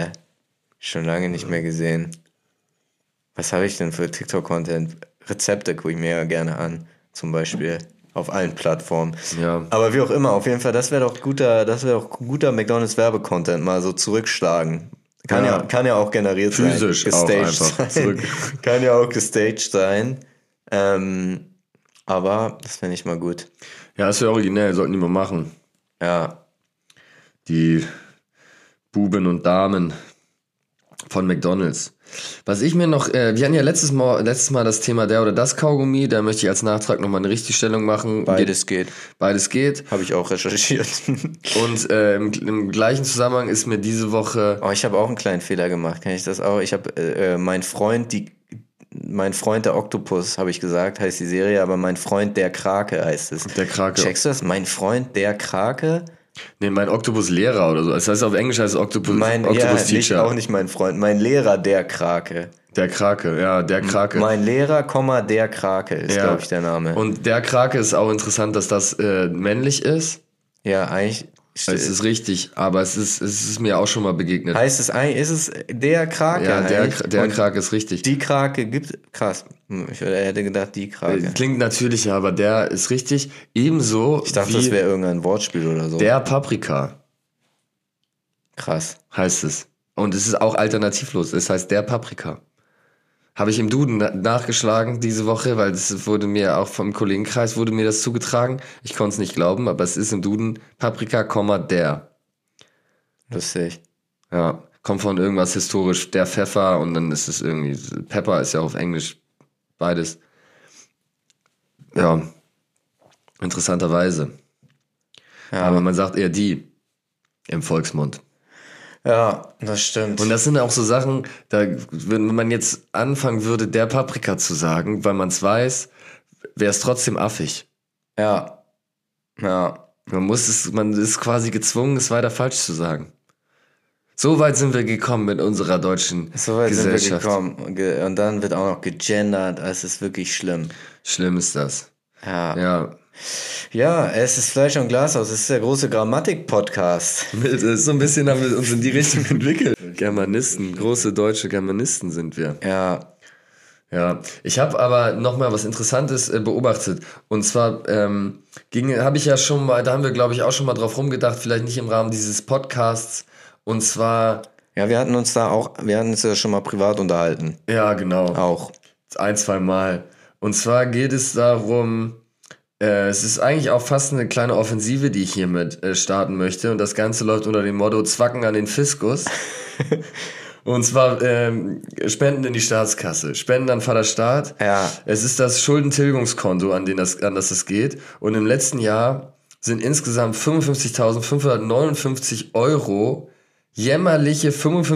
gesehen. Was habe ich denn für TikTok-Content? Rezepte gucke ich mir ja gerne an, zum Beispiel auf allen Plattformen. Ja. Aber wie auch immer, auf jeden Fall, das wäre doch guter McDonalds-Werbe-Content, mal so zurückschlagen. Kann ja auch generiert physisch sein. Physisch auch einfach zurück. Kann ja auch gestaged sein. Aber das fände ich mal gut. Ja, das wäre originell, sollten die mal machen. Ja. Die Buben und Damen von McDonalds. Was ich mir noch, wir hatten ja letztes Mal das Thema der oder das Kaugummi, da möchte ich als Nachtrag nochmal eine Richtigstellung machen. Beides geht. Habe ich auch recherchiert. Und im gleichen Zusammenhang ist mir diese Woche... Oh, ich habe auch einen kleinen Fehler gemacht, kann ich das auch? Ich habe, mein Freund der Oktopus, habe ich gesagt, heißt die Serie, aber mein Freund der Krake heißt es. Der Krake. Checkst du das? Mein Freund der Krake? Nee, mein Oktopus-Lehrer oder so. Das heißt, auf Englisch heißt es Oktopus-Teacher. Auch nicht mein Freund. Mein Lehrer, der Krake. Der Krake, ja, der Krake. Mein Lehrer, der Krake ist, glaube ich, der Name. Und der Krake ist auch interessant, dass das männlich ist. Ja, eigentlich... Es ist richtig, aber es ist mir auch schon mal begegnet. Heißt es eigentlich, ist es der Krake? Ja, der Krake ist richtig. Die Krake gibt, krass. Ich hätte gedacht, die Krake. Klingt natürlicher, aber der ist richtig. Ebenso. Ich dachte, das wäre irgendein Wortspiel oder so. Der Paprika. Krass. Heißt es. Und es ist auch alternativlos. Es heißt der Paprika. Habe ich im Duden nachgeschlagen diese Woche, weil das wurde mir auch vom Kollegenkreis wurde mir das zugetragen. Ich konnte es nicht glauben, aber es ist im Duden Paprika, der. Lustig. Ja, kommt von irgendwas historisch, der Pfeffer und dann ist es irgendwie, Pepper ist ja auf Englisch beides. Ja, interessanterweise. Ja. Aber man sagt eher die im Volksmund. Ja, das stimmt. Und das sind auch so Sachen, wenn man jetzt anfangen würde, der Paprika zu sagen, weil man es weiß, wäre es trotzdem affig. Ja. Ja. Man ist quasi gezwungen, es weiter falsch zu sagen. So weit sind wir gekommen mit unserer deutschen Gesellschaft. So weit sind wir gekommen. Und dann wird auch noch gegendert. Es ist wirklich schlimm. Schlimm ist das. Ja. Ja, es ist Fleisch und Glashaus. Es ist der große Grammatik-Podcast. So ein bisschen haben wir uns in die Richtung entwickelt. Germanisten, große deutsche Germanisten sind wir. Ja. Ja, ich habe aber nochmal was Interessantes beobachtet. Und zwar habe ich ja schon mal, da haben wir glaube ich auch schon mal drauf rumgedacht, vielleicht nicht im Rahmen dieses Podcasts. Und zwar... Ja, wir hatten uns ja schon mal privat unterhalten. Ja, genau. Auch. 1-2 Mal. Und zwar geht es darum... es ist eigentlich auch fast eine kleine Offensive, die ich hiermit starten möchte. Und das Ganze läuft unter dem Motto Zwacken an den Fiskus. Und zwar Spenden in die Staatskasse. Spenden an Vaterstaat. Ja. Es ist das Schuldentilgungskonto, an das es geht. Und im letzten Jahr sind insgesamt 55.559 Euro, jämmerliche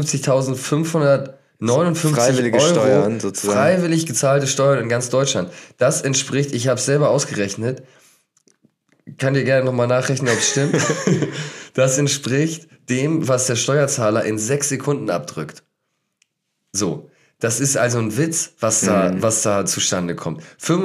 55.559 freiwillige Euro, Steuern sozusagen. Freiwillig gezahlte Steuern in ganz Deutschland. Das entspricht, ich habe es selber ausgerechnet, kann dir gerne nochmal nachrechnen, ob es stimmt. Das entspricht dem, was der Steuerzahler in 6 Sekunden abdrückt. So, das ist also ein Witz, was da zustande kommt.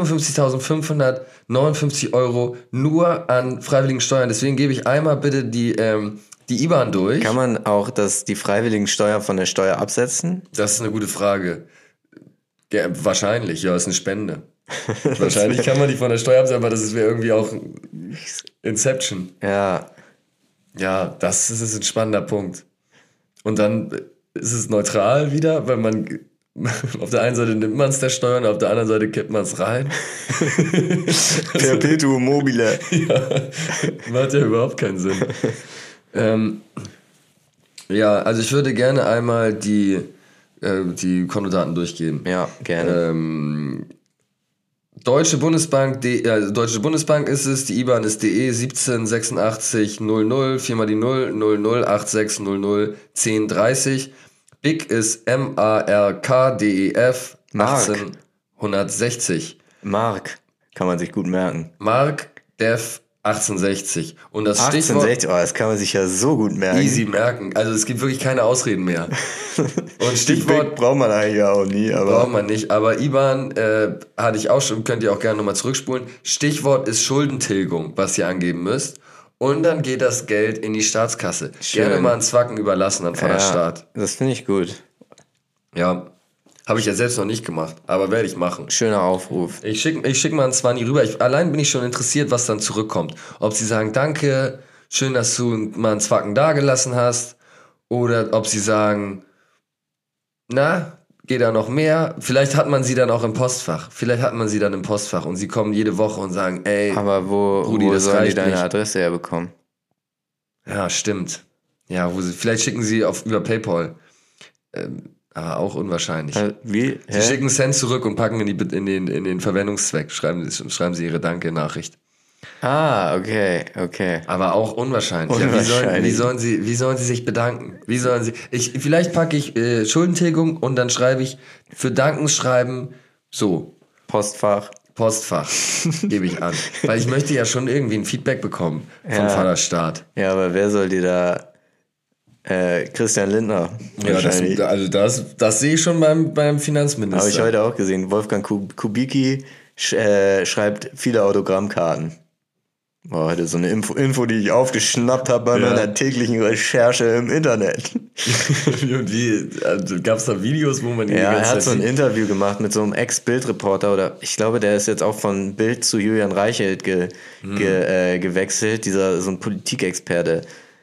55.559 Euro nur an freiwilligen Steuern. Deswegen gebe ich einmal bitte die IBAN durch. Kann man auch die freiwilligen Steuer von der Steuer absetzen? Das ist eine gute Frage. Ja, wahrscheinlich, ja, ist eine Spende. Wahrscheinlich kann man die von der Steuer absetzen, aber das wäre irgendwie auch Inception. Ja. Ja, das ist ein spannender Punkt. Und dann ist es neutral wieder, weil man Auf der einen Seite nimmt man es der Steuern, auf der anderen Seite kippt man es rein. Perpetuum mobile. Ja, macht ja überhaupt keinen Sinn. Ja, also ich würde gerne einmal die Kontodaten durchgeben. Ja, gerne. Deutsche Bundesbank, Deutsche Bundesbank ist es, die IBAN ist DE 1786 00, 4 mal die 0, 00 86 00 10 30. BIC ist MARKDEF 1860. Mark, kann man sich gut merken. Mark DEF 1860. Und das 1860, Stichwort, das kann man sich ja so gut merken. easy merken. Also es gibt wirklich keine Ausreden mehr. Und Stichwort braucht man eigentlich auch nie. Braucht man nicht. Aber IBAN hatte ich auch schon, könnt ihr auch gerne nochmal zurückspulen. Stichwort ist Schuldentilgung, was ihr angeben müsst. Und dann geht das Geld in die Staatskasse. Schön. Gerne mal einen Zwacken überlassen von der Staat. Das finde ich gut. Ja, habe ich ja selbst noch nicht gemacht, aber werde ich machen. Schöner Aufruf. Ich schick mal einen 20 rüber. Allein bin ich schon interessiert, was dann zurückkommt. Ob sie sagen, danke, schön, dass du mal einen Zwacken dagelassen hast. Oder ob sie sagen, na, geht da noch mehr? Vielleicht hat man sie dann auch im Postfach. Und sie kommen jede Woche und sagen, ey, aber wo sollen die deine Adresse herbekommen? Ja, stimmt. Ja, vielleicht schicken sie über PayPal. Aber auch unwahrscheinlich. Wie? Sie schicken Cent zurück und packen in den Verwendungszweck. Schreiben sie ihre Danke-Nachricht. Ah, okay. Aber auch unwahrscheinlich. Ja, wie sollen sie sich bedanken? Vielleicht packe ich Schuldentilgung und dann schreibe ich für Dankensschreiben so. Postfach gebe ich an. Weil ich möchte ja schon irgendwie ein Feedback bekommen vom Vaterstaat. Ja, aber wer soll dir da... Christian Lindner. Ja, das sehe ich schon beim Finanzminister. Habe ich heute auch gesehen. Wolfgang Kubicki schreibt viele Autogrammkarten. War heute so eine Info, die ich aufgeschnappt habe bei meiner täglichen Recherche im Internet. Und wie, gab es da Videos, wo man er hat so ein Interview gemacht mit so einem Ex-Bild-Reporter, oder ich glaube, der ist jetzt auch von Bild zu Julian Reichelt gewechselt, so ein Politikexperte,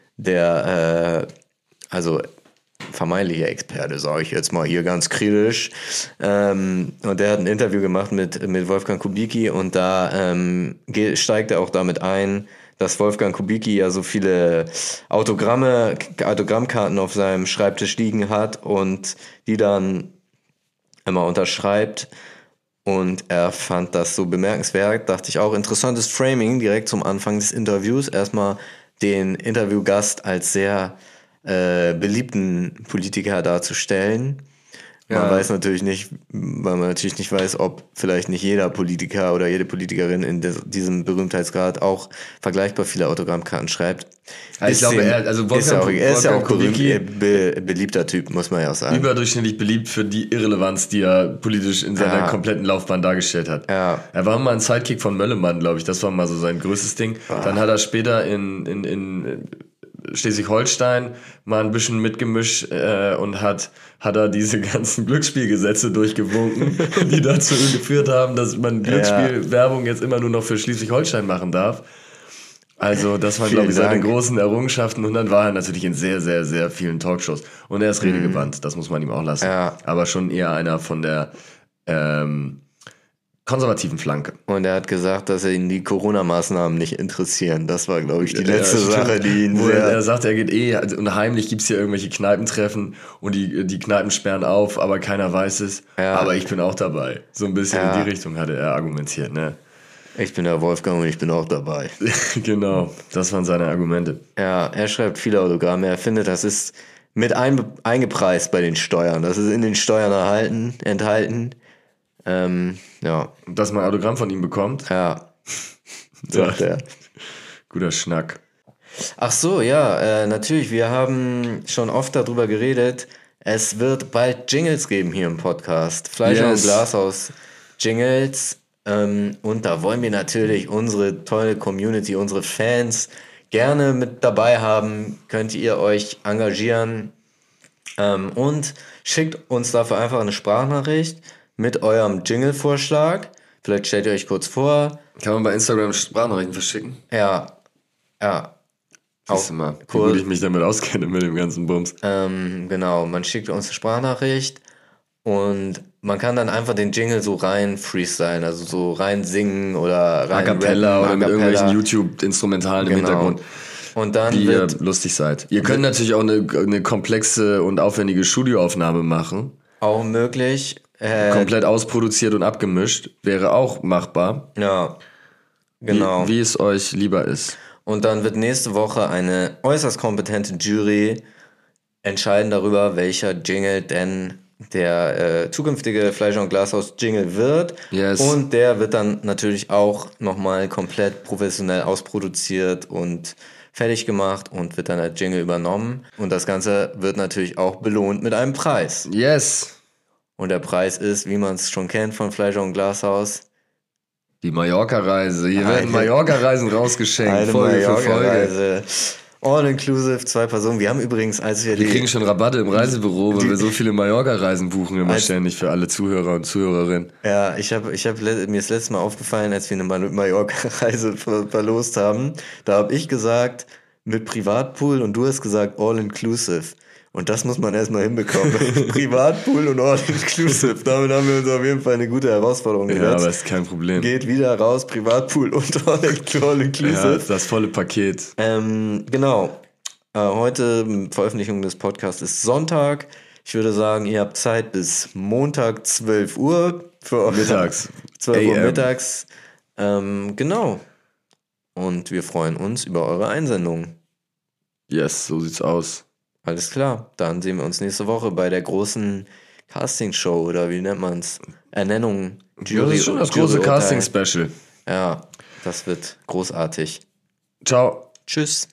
der also vermeintlicher Experte, sage ich jetzt mal hier ganz kritisch. Und der hat ein Interview gemacht mit Wolfgang Kubicki und da steigt er auch damit ein, dass Wolfgang Kubicki ja so viele Autogrammkarten auf seinem Schreibtisch liegen hat und die dann immer unterschreibt. Und er fand das so bemerkenswert, dachte ich auch, interessantes Framing direkt zum Anfang des Interviews. Erstmal den Interviewgast als sehr beliebten Politiker darzustellen. Man weiß natürlich nicht, weil man natürlich nicht weiß, ob vielleicht nicht jeder Politiker oder jede Politikerin in diesem Berühmtheitsgrad auch vergleichbar viele Autogrammkarten schreibt. Ich glaube, er ist ja auch beliebter Typ, muss man ja auch sagen. Überdurchschnittlich beliebt für die Irrelevanz, die er politisch in seiner kompletten Laufbahn dargestellt hat. Ja. Er war mal ein Sidekick von Möllemann, glaube ich. Das war mal so sein größtes Ding. Dann hat er später in Schleswig-Holstein mal ein bisschen mitgemischt und hat er diese ganzen Glücksspielgesetze durchgewunken, die dazu geführt haben, dass man Glücksspielwerbung jetzt immer nur noch für Schleswig-Holstein machen darf. Also das waren, glaube ich, seine großen Errungenschaften. Und dann war er natürlich in sehr, sehr, sehr vielen Talkshows. Und er ist redegewandt, das muss man ihm auch lassen. Ja. Aber schon eher einer von der konservativen Flanke. Und er hat gesagt, dass ihn die Corona-Maßnahmen nicht interessieren. Das war, glaube ich, die letzte Sache, die ihn Er sagt, er geht und heimlich gibt's hier irgendwelche Kneipentreffen und die Kneipen sperren auf, aber keiner weiß es. Ja. Aber ich bin auch dabei. So ein bisschen in die Richtung hatte er argumentiert, ne? Ich bin der Wolfgang und ich bin auch dabei. Genau, das waren seine Argumente. Ja, er schreibt viele Autogramme. Er findet, das ist mit eingepreist bei den Steuern. Das ist in den Steuern enthalten. Ja. Dass man ein Autogramm von ihm bekommt? Ja. Sagt er. Guter Schnack. Ach so, ja, natürlich. Wir haben schon oft darüber geredet. Es wird bald Jingles geben hier im Podcast. Fleischer und Glashaus Jingles. Und da wollen wir natürlich unsere tolle Community, unsere Fans gerne mit dabei haben. Könnt ihr euch engagieren. Und schickt uns dafür einfach eine Sprachnachricht mit eurem Jingle-Vorschlag. Vielleicht stellt ihr euch kurz vor. Kann man bei Instagram Sprachnachrichten verschicken? Ja. Siehst du mal, wie gut ich mich damit auskenne mit dem ganzen Bums. Genau, man schickt uns eine Sprachnachricht Und man kann dann einfach den Jingle so rein freestylen, also so rein singen oder rein A Cappella oder mit irgendwelchen YouTube-Instrumentalen im Hintergrund. Und dann wie ihr lustig seid. Ihr könnt natürlich auch eine komplexe und aufwendige Studioaufnahme machen. Auch möglich. Komplett ausproduziert und abgemischt. Wäre auch machbar. Ja, genau. Wie es euch lieber ist. Und dann wird nächste Woche eine äußerst kompetente Jury entscheiden darüber, welcher Jingle denn der zukünftige Fleischer und Glashaus Jingle wird. Yes. Und der wird dann natürlich auch nochmal komplett professionell ausproduziert und fertig gemacht und wird dann als Jingle übernommen. Und das Ganze wird natürlich auch belohnt mit einem Preis. Yes. Und der Preis ist, wie man es schon kennt von Fleischer und Glashaus, die Mallorca-Reise. Hier werden Mallorca-Reisen rausgeschenkt. Eine Folge für Folge. All-inclusive, 2 Personen. Wir haben übrigens, wir kriegen schon Rabatte im Reisebüro, weil wir so viele Mallorca-Reisen buchen immer ständig für alle Zuhörer und Zuhörerinnen. Ja, mir ist letztes Mal aufgefallen, als wir eine Mallorca-Reise verlost haben, da habe ich gesagt, mit Privatpool und du hast gesagt All-inclusive. Und das muss man erstmal hinbekommen. Privatpool und All-inclusive. Damit haben wir uns auf jeden Fall eine gute Herausforderung gesetzt. Ja, aber ist kein Problem. Geht wieder raus, Privatpool und All-inclusive. Ja, das volle Paket. Genau. Heute, Veröffentlichung des Podcasts, ist Sonntag. Ich würde sagen, ihr habt Zeit bis Montag 12 Uhr. Mittags. 12 Uhr mittags. Genau. Und wir freuen uns über eure Einsendungen. Yes, so sieht's aus. Alles klar, dann sehen wir uns nächste Woche bei der großen Casting-Show oder wie nennt man's? Ernennung, Jury. Das ist schon das große Casting-Special. Ja, das wird großartig. Ciao. Tschüss.